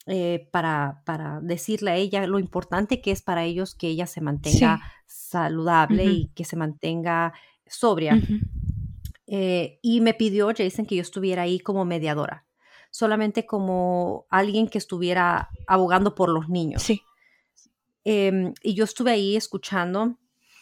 para decirle a ella lo importante que es para ellos que ella se mantenga Sí. saludable Ujú. y que se mantenga sobria. Ujú. y me pidió Jason que yo estuviera ahí como mediadora, solamente como alguien que estuviera abogando por los niños. Sí. Y yo estuve ahí escuchando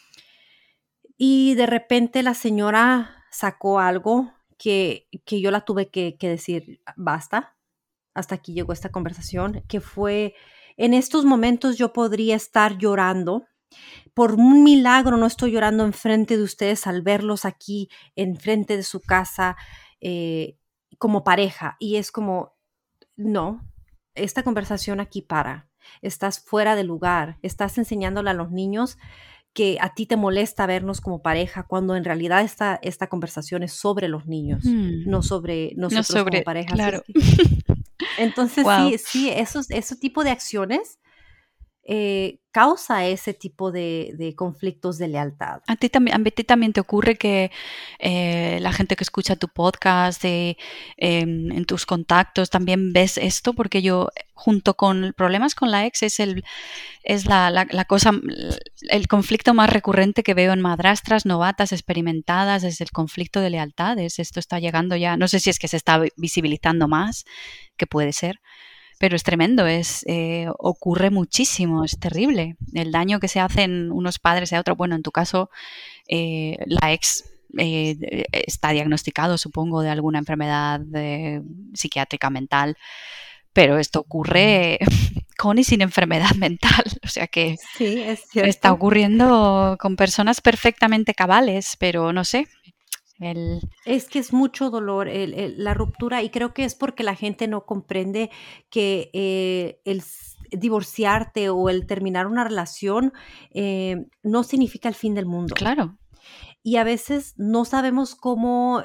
y de repente la señora sacó algo que yo la tuve que decir, basta, hasta aquí llegó esta conversación, que fue, en estos momentos yo podría estar llorando. Por un milagro no estoy llorando enfrente de ustedes al verlos aquí enfrente de su casa como pareja. Y es como, no, esta conversación aquí para. Estás fuera de lugar. Estás enseñándole a los niños que a ti te molesta vernos como pareja, cuando en realidad esta conversación es sobre los niños, no sobre No nosotros como sobre, pareja. claro. Entonces Wow. sí, ese tipo de acciones causa ese tipo de conflictos de lealtad. A ti también te ocurre que la gente que escucha tu podcast, en tus contactos, también ves esto, porque yo, junto con problemas con la ex, es la cosa, el conflicto más recurrente que veo en madrastras novatas experimentadas, es el conflicto de lealtades. Esto está llegando ya, no sé si es que se está visibilizando más, que puede ser, pero es tremendo, ocurre muchísimo, es terrible. El daño que se hacen unos padres a otros, bueno, en tu caso, la ex está diagnosticado, supongo, de alguna enfermedad psiquiátrica mental, pero esto ocurre con y sin enfermedad mental, o sea que Sí, es está cierto. ocurriendo con personas perfectamente cabales, pero no sé, Es que es mucho dolor la ruptura y creo que es porque la gente no comprende que divorciarte o el terminar una relación no significa el fin del mundo. claro. Y a veces no sabemos cómo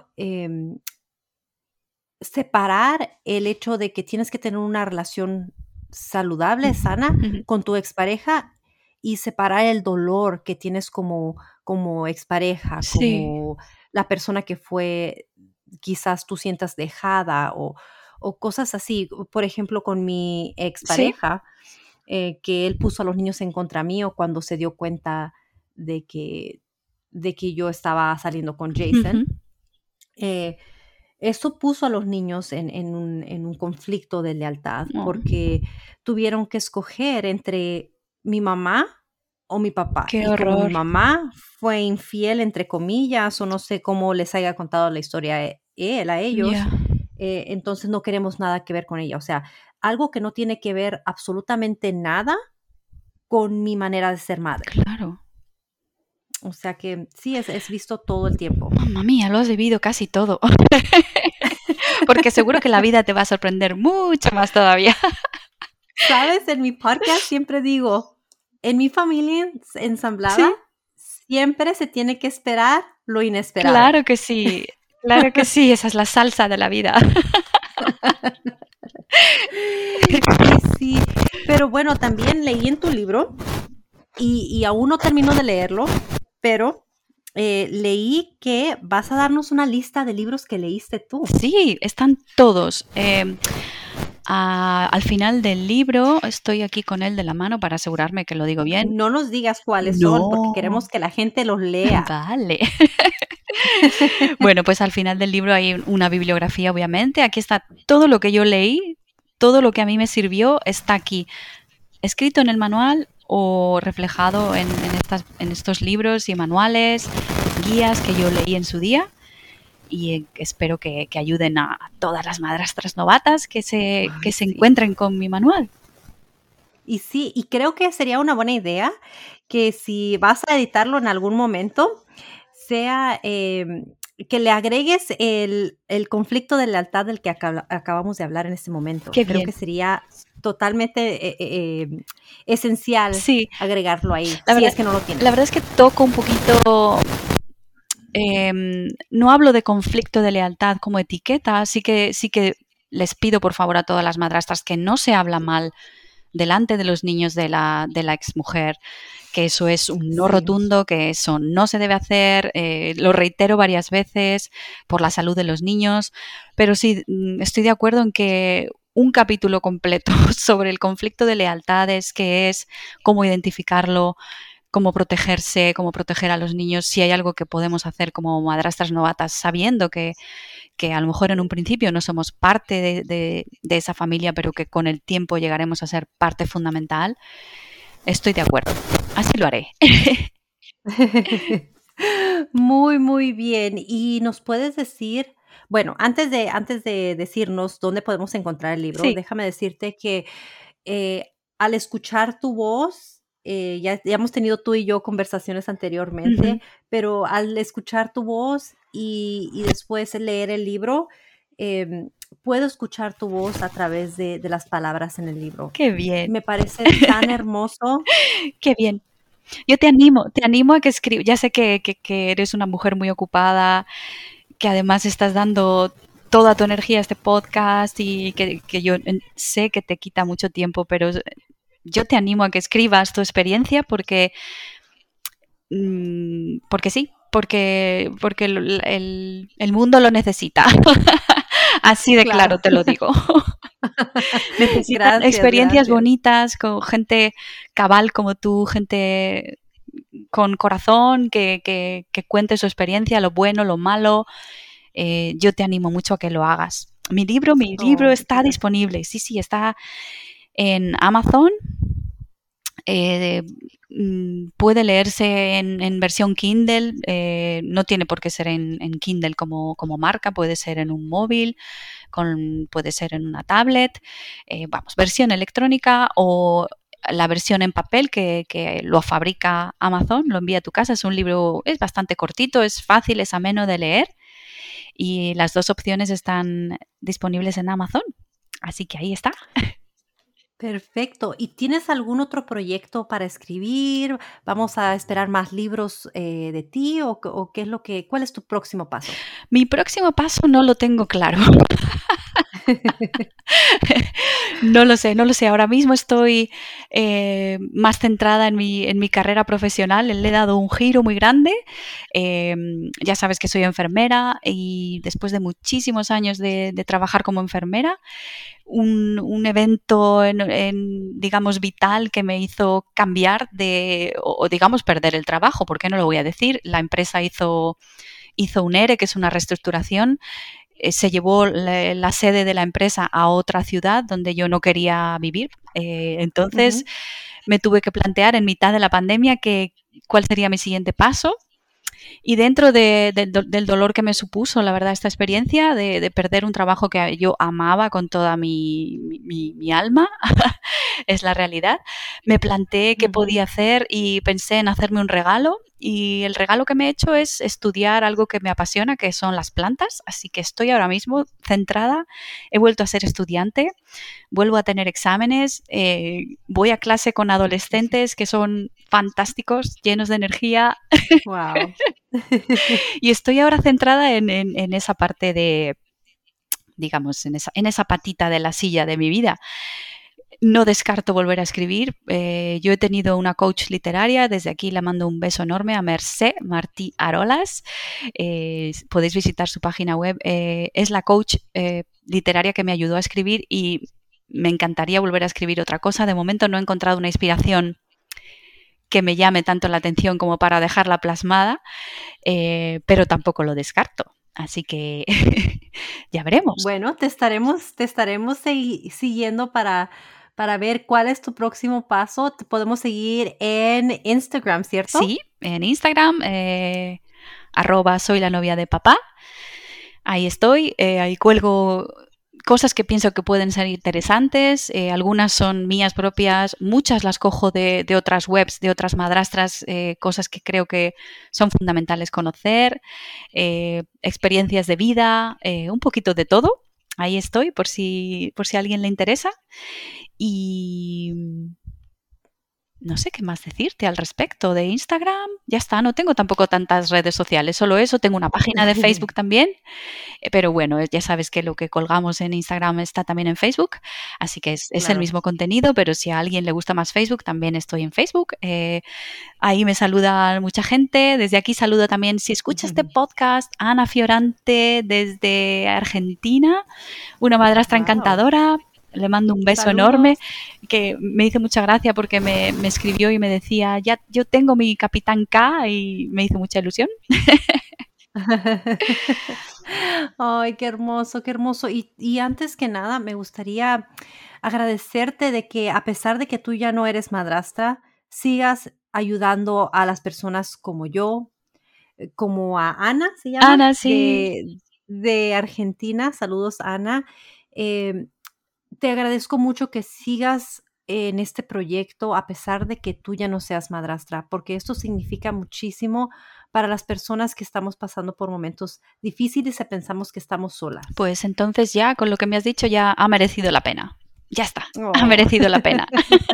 separar el hecho de que tienes que tener una relación saludable, sana Ujú. con tu expareja y separar el dolor que tienes como expareja, Sí, como la persona que fue, quizás tú sientas dejada o cosas así. Por ejemplo, con mi sí. expareja, que él puso a los niños en contra mío cuando se dio cuenta de que, de que yo estaba saliendo con Ujú. Jason. eh, Eso puso a los niños en un conflicto de lealtad, Oh, porque tuvieron que escoger entre mi mamá o mi papá. qué Y como mi horror. mamá fue infiel, entre comillas, o no sé cómo les haya contado la historia él a ellos, Ya, entonces no queremos nada que ver con ella. O sea, algo que no tiene que ver absolutamente nada con mi manera de ser madre. claro. O sea que sí, es visto todo el tiempo. Mamma mía, lo has vivido casi todo. Porque seguro que la vida te va a sorprender mucho más todavía. ¿Sabes? En mi podcast siempre digo, en mi familia ensamblada Sí, siempre se tiene que esperar lo inesperado. claro que sí. Claro que sí, esa es la salsa de la vida. Sí, sí. Pero bueno, también leí en tu libro y aún no termino de leerlo, pero leí que vas a darnos una lista de libros que leíste tú. Sí, están todos. Al final del libro, estoy aquí con él de la mano para asegurarme que lo digo bien. No nos digas cuáles son, porque No, queremos que la gente los lea. vale. Bueno, pues al final del libro hay una bibliografía, obviamente. Aquí está todo lo que yo leí, todo lo que a mí me sirvió, está aquí, escrito en el manual o reflejado en estos libros y manuales, guías que yo leí en su día. Y espero que ayuden a todas las madrastras novatas que Ay, se sí. encuentren con mi manual. Y sí, y creo que sería una buena idea que si vas a editarlo en algún momento, sea que le agregues el conflicto de lealtad del que acabamos de hablar en este momento. Qué Creo bien. que sería totalmente esencial Sí, agregarlo ahí, la si verdad, es que no lo la tienes. verdad es que toco un poquito. No hablo de conflicto de lealtad como etiqueta, sí que les pido por favor a todas las madrastras que no se habla mal delante de los niños de la exmujer, que eso es un no Sí. rotundo, que eso no se debe hacer, lo reitero varias veces por la salud de los niños, pero sí estoy de acuerdo en que un capítulo completo sobre el conflicto de lealtades, qué es, cómo identificarlo, cómo protegerse, cómo proteger a los niños, si hay algo que podemos hacer como madrastras novatas, sabiendo que a lo mejor en un principio no somos parte de esa familia, pero que con el tiempo llegaremos a ser parte fundamental, estoy de acuerdo. Así lo haré. Muy, muy bien. ¿Y nos puedes decir, bueno, antes de decirnos dónde podemos encontrar el libro, Sí. déjame decirte que al escuchar tu voz, ya hemos tenido tú y yo conversaciones anteriormente, Ujú. pero al escuchar tu voz y después leer el libro, puedo escuchar tu voz a través de las palabras en el libro. Qué bien, Me parece tan hermoso. qué bien. Yo te animo a que escribas. Ya sé que eres una mujer muy ocupada, que además estás dando toda tu energía a este podcast y que yo sé que te quita mucho tiempo, pero yo te animo a que escribas tu experiencia porque sí, porque el mundo lo necesita. Así de Claro. claro te lo digo. Necesitan Gracias, experiencias gracias. bonitas con gente cabal como tú, gente con corazón que cuente su experiencia, lo bueno, lo malo. Yo te animo mucho a que lo hagas. Mi libro Oh, está muchas gracias. disponible, sí, está en Amazon. Eh, puede leerse en versión Kindle, no tiene por qué ser en Kindle como marca, puede ser en un móvil, puede ser en una tablet, versión electrónica o la versión en papel que lo fabrica Amazon, lo envía a tu casa. Es un libro, es bastante cortito, es fácil, es ameno de leer y las dos opciones están disponibles en Amazon. Así que ahí está. Perfecto. ¿Y tienes algún otro proyecto para escribir? ¿Vamos a esperar más libros de ti o qué es cuál es tu próximo paso? Mi próximo paso no lo tengo claro. No lo sé, no lo sé. Ahora mismo estoy más centrada en mi carrera profesional. Le he dado un giro muy grande. Ya sabes que soy enfermera y después de muchísimos años de trabajar como enfermera, un evento, digamos, vital que me hizo cambiar o, digamos, perder el trabajo. ¿Por qué no lo voy a decir? La empresa hizo un ERE, que es una reestructuración. Se llevó la sede de la empresa a otra ciudad donde yo no quería vivir. Entonces Ujú. me tuve que plantear en mitad de la pandemia cuál sería mi siguiente paso. Y dentro del dolor que me supuso, la verdad, esta experiencia de perder un trabajo que yo amaba con toda mi alma, es la realidad, me planteé qué Ujú. podía hacer y pensé en hacerme un regalo. Y el regalo que me he hecho es estudiar algo que me apasiona, que son las plantas. Así que estoy ahora mismo centrada. He vuelto a ser estudiante, vuelvo a tener exámenes, voy a clase con adolescentes que son fantásticos, llenos de energía, Wow. y estoy ahora centrada en esa parte digamos, en esa patita de la silla de mi vida. No descarto volver a escribir. Yo he tenido una coach literaria. Desde aquí le mando un beso enorme a Mercé Martí Arolas. Podéis visitar su página web. Es la coach literaria que me ayudó a escribir y me encantaría volver a escribir otra cosa. De momento no he encontrado una inspiración que me llame tanto la atención como para dejarla plasmada, pero tampoco lo descarto. Así que ya veremos. Bueno, te estaremos siguiendo para ver cuál es tu próximo paso. Te podemos seguir en Instagram, ¿cierto? Sí, en Instagram, @soy la novia de papá. Ahí estoy, ahí cuelgo cosas que pienso que pueden ser interesantes. Algunas son mías propias, muchas las cojo de otras webs, de otras madrastras, cosas que creo que son fundamentales conocer, experiencias de vida, un poquito de todo. Ahí estoy, por si a alguien le interesa. Y no sé qué más decirte al respecto de Instagram. Ya está, no tengo tampoco tantas redes sociales, solo eso. Tengo una página de Facebook también, pero bueno, ya sabes que lo que colgamos en Instagram está también en Facebook, así que es el Claro. mismo contenido, pero si a alguien le gusta más Facebook, también estoy en Facebook. Ahí me saluda mucha gente. Desde aquí saludo también, si escucha este podcast, a Ana Fiorante desde Argentina, una madrastra Wow. encantadora. Le mando un beso enorme, Saludos. que me hizo mucha gracia porque me escribió y me decía, ya yo tengo mi Capitán K, y me hizo mucha ilusión. Ay, qué hermoso, qué hermoso. Y antes que nada, me gustaría agradecerte de que a pesar de que tú ya no eres madrastra, sigas ayudando a las personas como yo, como a Ana, ¿se llama? Ana, sí. De Argentina. Saludos, Ana. Em, Te agradezco mucho que sigas en este proyecto a pesar de que tú ya no seas madrastra, porque esto significa muchísimo para las personas que estamos pasando por momentos difíciles y pensamos que estamos solas. Pues entonces ya, con lo que me has dicho, ya ha merecido la pena. Ya está, ha Oh. merecido la pena.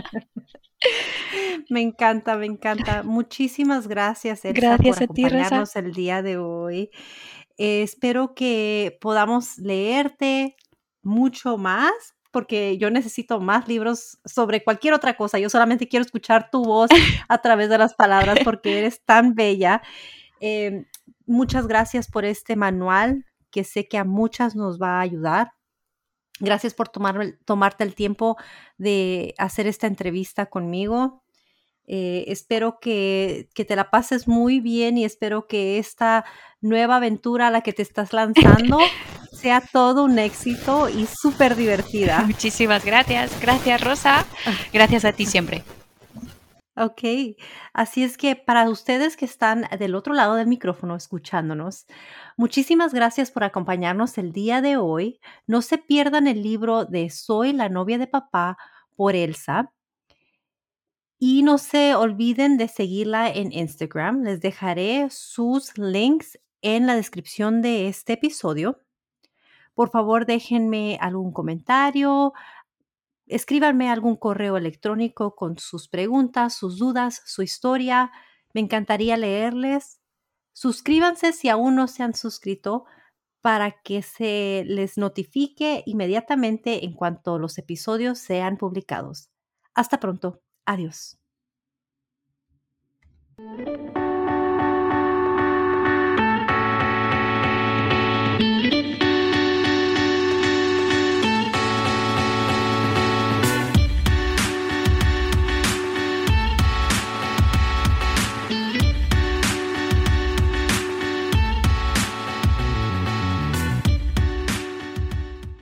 Me encanta, me encanta. Muchísimas gracias, Elsa, por Gracias a ti, Rosa. acompañarnos el día de hoy. Espero que podamos leerte mucho más, porque yo necesito más libros sobre cualquier otra cosa. Yo solamente quiero escuchar tu voz a través de las palabras porque eres tan bella. Em, Muchas gracias por este manual que sé que a muchas nos va a ayudar. Gracias por tomarte el tiempo de hacer esta entrevista conmigo. Espero que te la pases muy bien y espero que esta nueva aventura a la que te estás lanzando sea todo un éxito y súper divertida. Muchísimas gracias. Gracias, Rosa. Gracias a ti siempre. Ok, así es que para ustedes que están del otro lado del micrófono escuchándonos, muchísimas gracias por acompañarnos el día de hoy. No se pierdan el libro de Soy la novia de papá por Elsa. Y no se olviden de seguirla en Instagram. Les dejaré sus links en la descripción de este episodio. Por favor, déjenme algún comentario, escríbanme algún correo electrónico con sus preguntas, sus dudas, su historia. Me encantaría leerles. Suscríbanse si aún no se han suscrito para que se les notifique inmediatamente en cuanto los episodios sean publicados. Hasta pronto. Adiós.